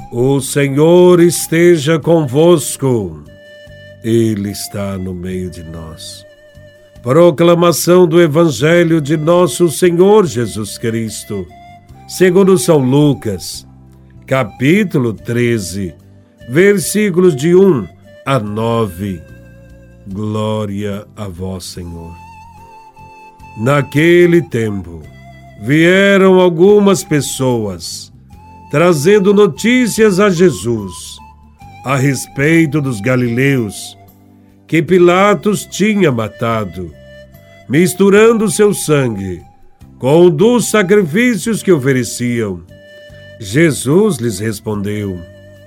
O Senhor esteja convosco. Ele está no meio de nós. Proclamação do Evangelho de nosso Senhor Jesus Cristo, segundo São Lucas, capítulo 13, versículos de 1 a 9. Glória a vós, Senhor. Naquele tempo, vieram algumas pessoas trazendo notícias a Jesus a respeito dos galileus que Pilatos tinha matado, misturando seu sangue com o dos sacrifícios que ofereciam. Jesus lhes respondeu: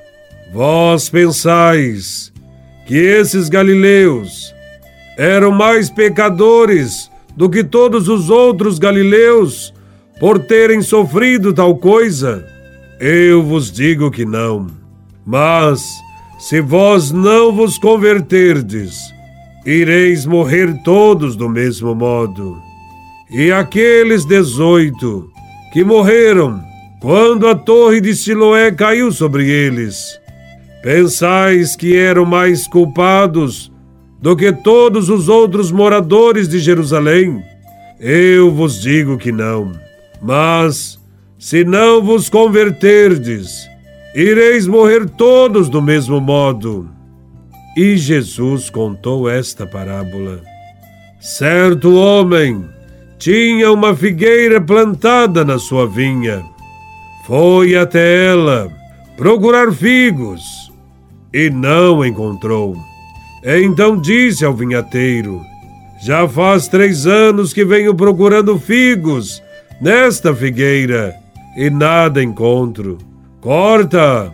Vós pensais que esses galileus eram mais pecadores do que todos os outros galileus por terem sofrido tal coisa? Eu vos digo que não. Mas, se vós não vos converterdes, ireis morrer todos do mesmo modo. E aqueles 18 que morreram quando a torre de Siloé caiu sobre eles, pensais que eram mais culpados do que todos os outros moradores de Jerusalém? Eu vos digo que não. Mas, se não vos converterdes, ireis morrer todos do mesmo modo. E Jesus contou esta parábola. Certo homem tinha uma figueira plantada na sua vinha. Foi até ela procurar figos e não encontrou. Então disse ao vinhateiro: Já faz 3 anos que venho procurando figos nesta figueira e nada encontro. Corta,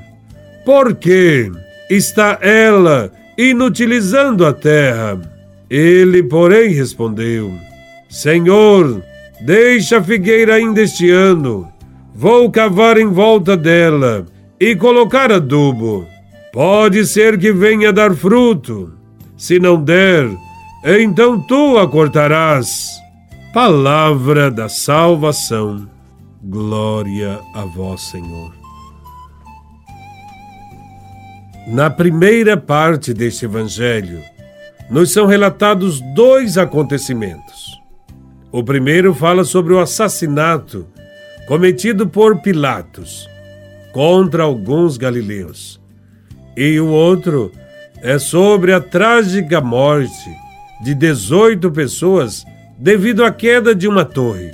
porque está ela inutilizando a terra. Ele, porém, respondeu: Senhor, deixa a figueira ainda este ano. Vou cavar em volta dela e colocar adubo. Pode ser que venha dar fruto. Se não der, então tu a cortarás. Palavra da salvação. Glória a vós, Senhor. Na primeira parte deste Evangelho, nos são relatados 2 acontecimentos. O primeiro fala sobre o assassinato cometido por Pilatos contra alguns galileus. E o outro é sobre a trágica morte de 18 pessoas devido à queda de uma torre.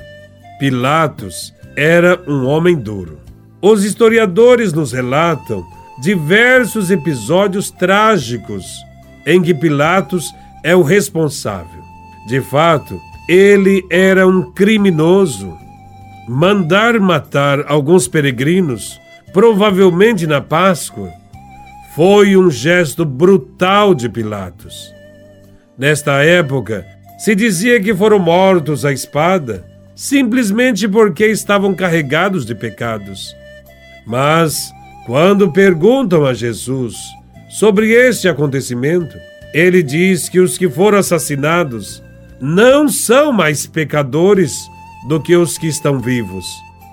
Pilatos era um homem duro. Os historiadores nos relatam diversos episódios trágicos em que Pilatos é o responsável. De fato, ele era um criminoso. Mandar matar alguns peregrinos, provavelmente na Páscoa, foi um gesto brutal de Pilatos. Nesta época, se dizia que foram mortos à espada simplesmente porque estavam carregados de pecados. Mas, quando perguntam a Jesus sobre este acontecimento, ele diz que os que foram assassinados não são mais pecadores do que os que estão vivos.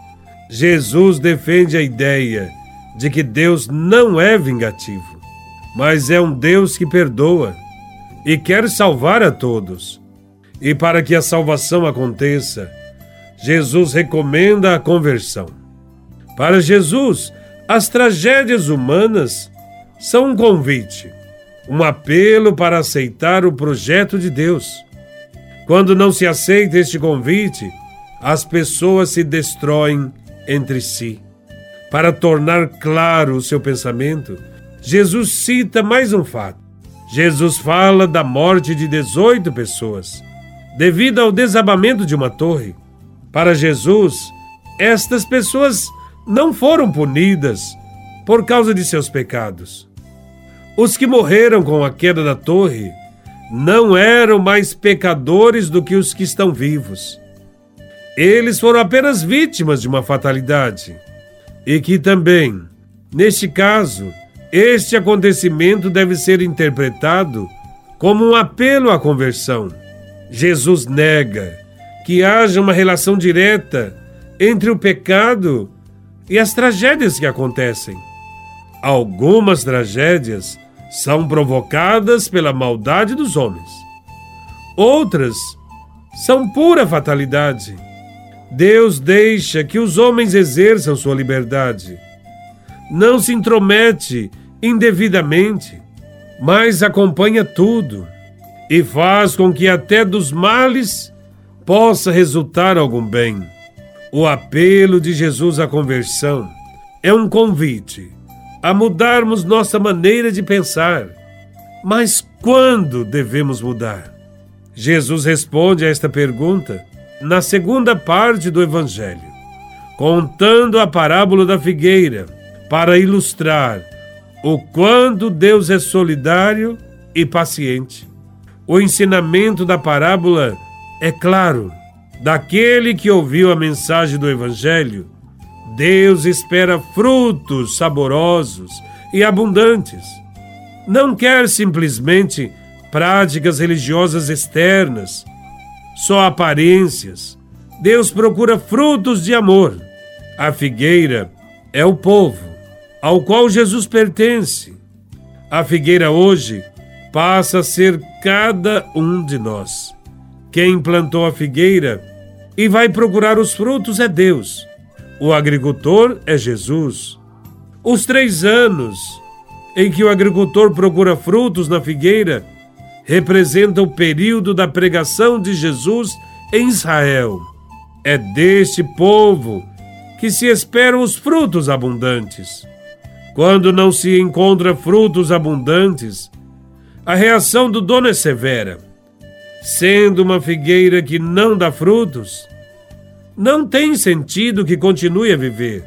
Jesus defende a ideia de que Deus não é vingativo, mas é um Deus que perdoa e quer salvar a todos. E para que a salvação aconteça, Jesus recomenda a conversão. Para Jesus, as tragédias humanas são um convite, um apelo para aceitar o projeto de Deus. Quando não se aceita este convite, as pessoas se destroem entre si. Para tornar claro o seu pensamento, Jesus cita mais um fato. Jesus fala da morte de 18 pessoas, devido ao desabamento de uma torre. Para Jesus, estas pessoas não foram punidas por causa de seus pecados. Os que morreram com a queda da torre não eram mais pecadores do que os que estão vivos. Eles foram apenas vítimas de uma fatalidade. E que também, neste caso, este acontecimento deve ser interpretado como um apelo à conversão. Jesus nega que haja uma relação direta entre o pecado e as tragédias que acontecem. Algumas tragédias são provocadas pela maldade dos homens. Outras são pura fatalidade. Deus deixa que os homens exerçam sua liberdade. Não se intromete indevidamente, mas acompanha tudo e faz com que até dos males possa resultar algum bem. O apelo de Jesus à conversão é um convite a mudarmos nossa maneira de pensar. Mas quando devemos mudar? Jesus responde a esta pergunta na segunda parte do Evangelho, contando a parábola da figueira, para ilustrar o quanto Deus é solidário e paciente. O ensinamento da parábola é claro. Daquele que ouviu a mensagem do Evangelho, Deus espera frutos saborosos e abundantes. Não quer simplesmente práticas religiosas externas, só aparências. Deus procura frutos de amor. A figueira é o povo ao qual Jesus pertence. A figueira hoje passa a ser cada um de nós. Quem plantou a figueira e vai procurar os frutos é Deus. O agricultor é Jesus. Os 3 anos em que o agricultor procura frutos na figueira representa o período da pregação de Jesus em Israel. É deste povo que se esperam os frutos abundantes. Quando não se encontra frutos abundantes, a reação do dono é severa. Sendo uma figueira que não dá frutos, não tem sentido que continue a viver.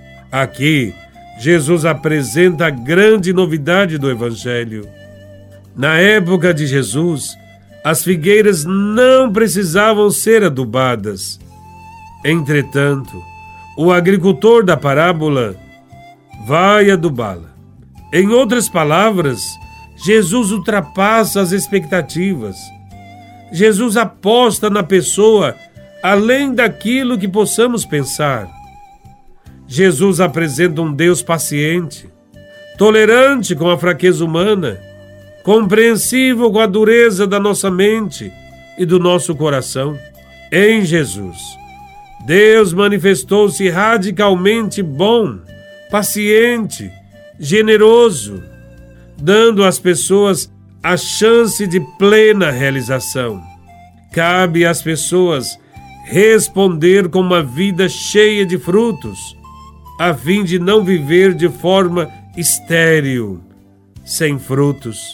Aqui, Jesus apresenta a grande novidade do Evangelho. Na época de Jesus, as figueiras não precisavam ser adubadas. Entretanto, o agricultor da parábola vai adubá-la. Em outras palavras, Jesus ultrapassa as expectativas. Jesus aposta na pessoa além daquilo que possamos pensar. Jesus apresenta um Deus paciente, tolerante com a fraqueza humana, compreensivo com a dureza da nossa mente e do nosso coração. Em Jesus, Deus manifestou-se radicalmente bom, paciente, generoso, dando às pessoas a chance de plena realização. Cabe às pessoas responder com uma vida cheia de frutos, a fim de não viver de forma estéril, sem frutos.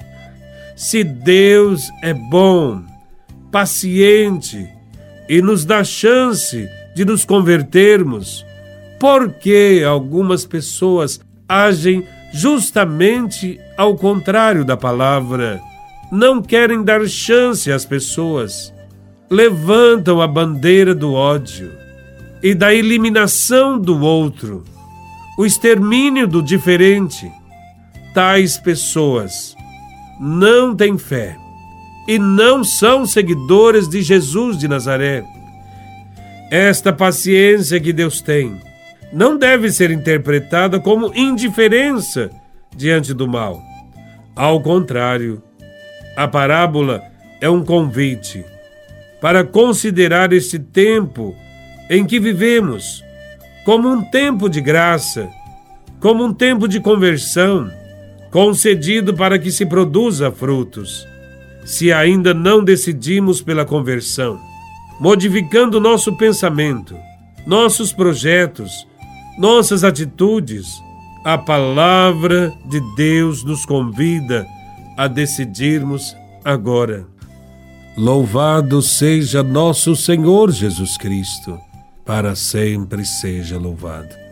Se Deus é bom, paciente e nos dá chance de nos convertermos, por que algumas pessoas agem justamente ao contrário da palavra? Não querem dar chance às pessoas, levantam a bandeira do ódio e da eliminação do outro, o extermínio do diferente. Tais pessoas não têm fé e não são seguidores de Jesus de Nazaré. Esta paciência que Deus tem não deve ser interpretada como indiferença diante do mal. Ao contrário, a parábola é um convite para considerar este tempo em que vivemos como um tempo de graça, como um tempo de conversão, concedido para que se produza frutos. Se ainda não decidimos pela conversão, modificando nosso pensamento, nossos projetos, nossas atitudes, a palavra de Deus nos convida a decidirmos agora. Louvado seja nosso Senhor Jesus Cristo, para sempre seja louvado.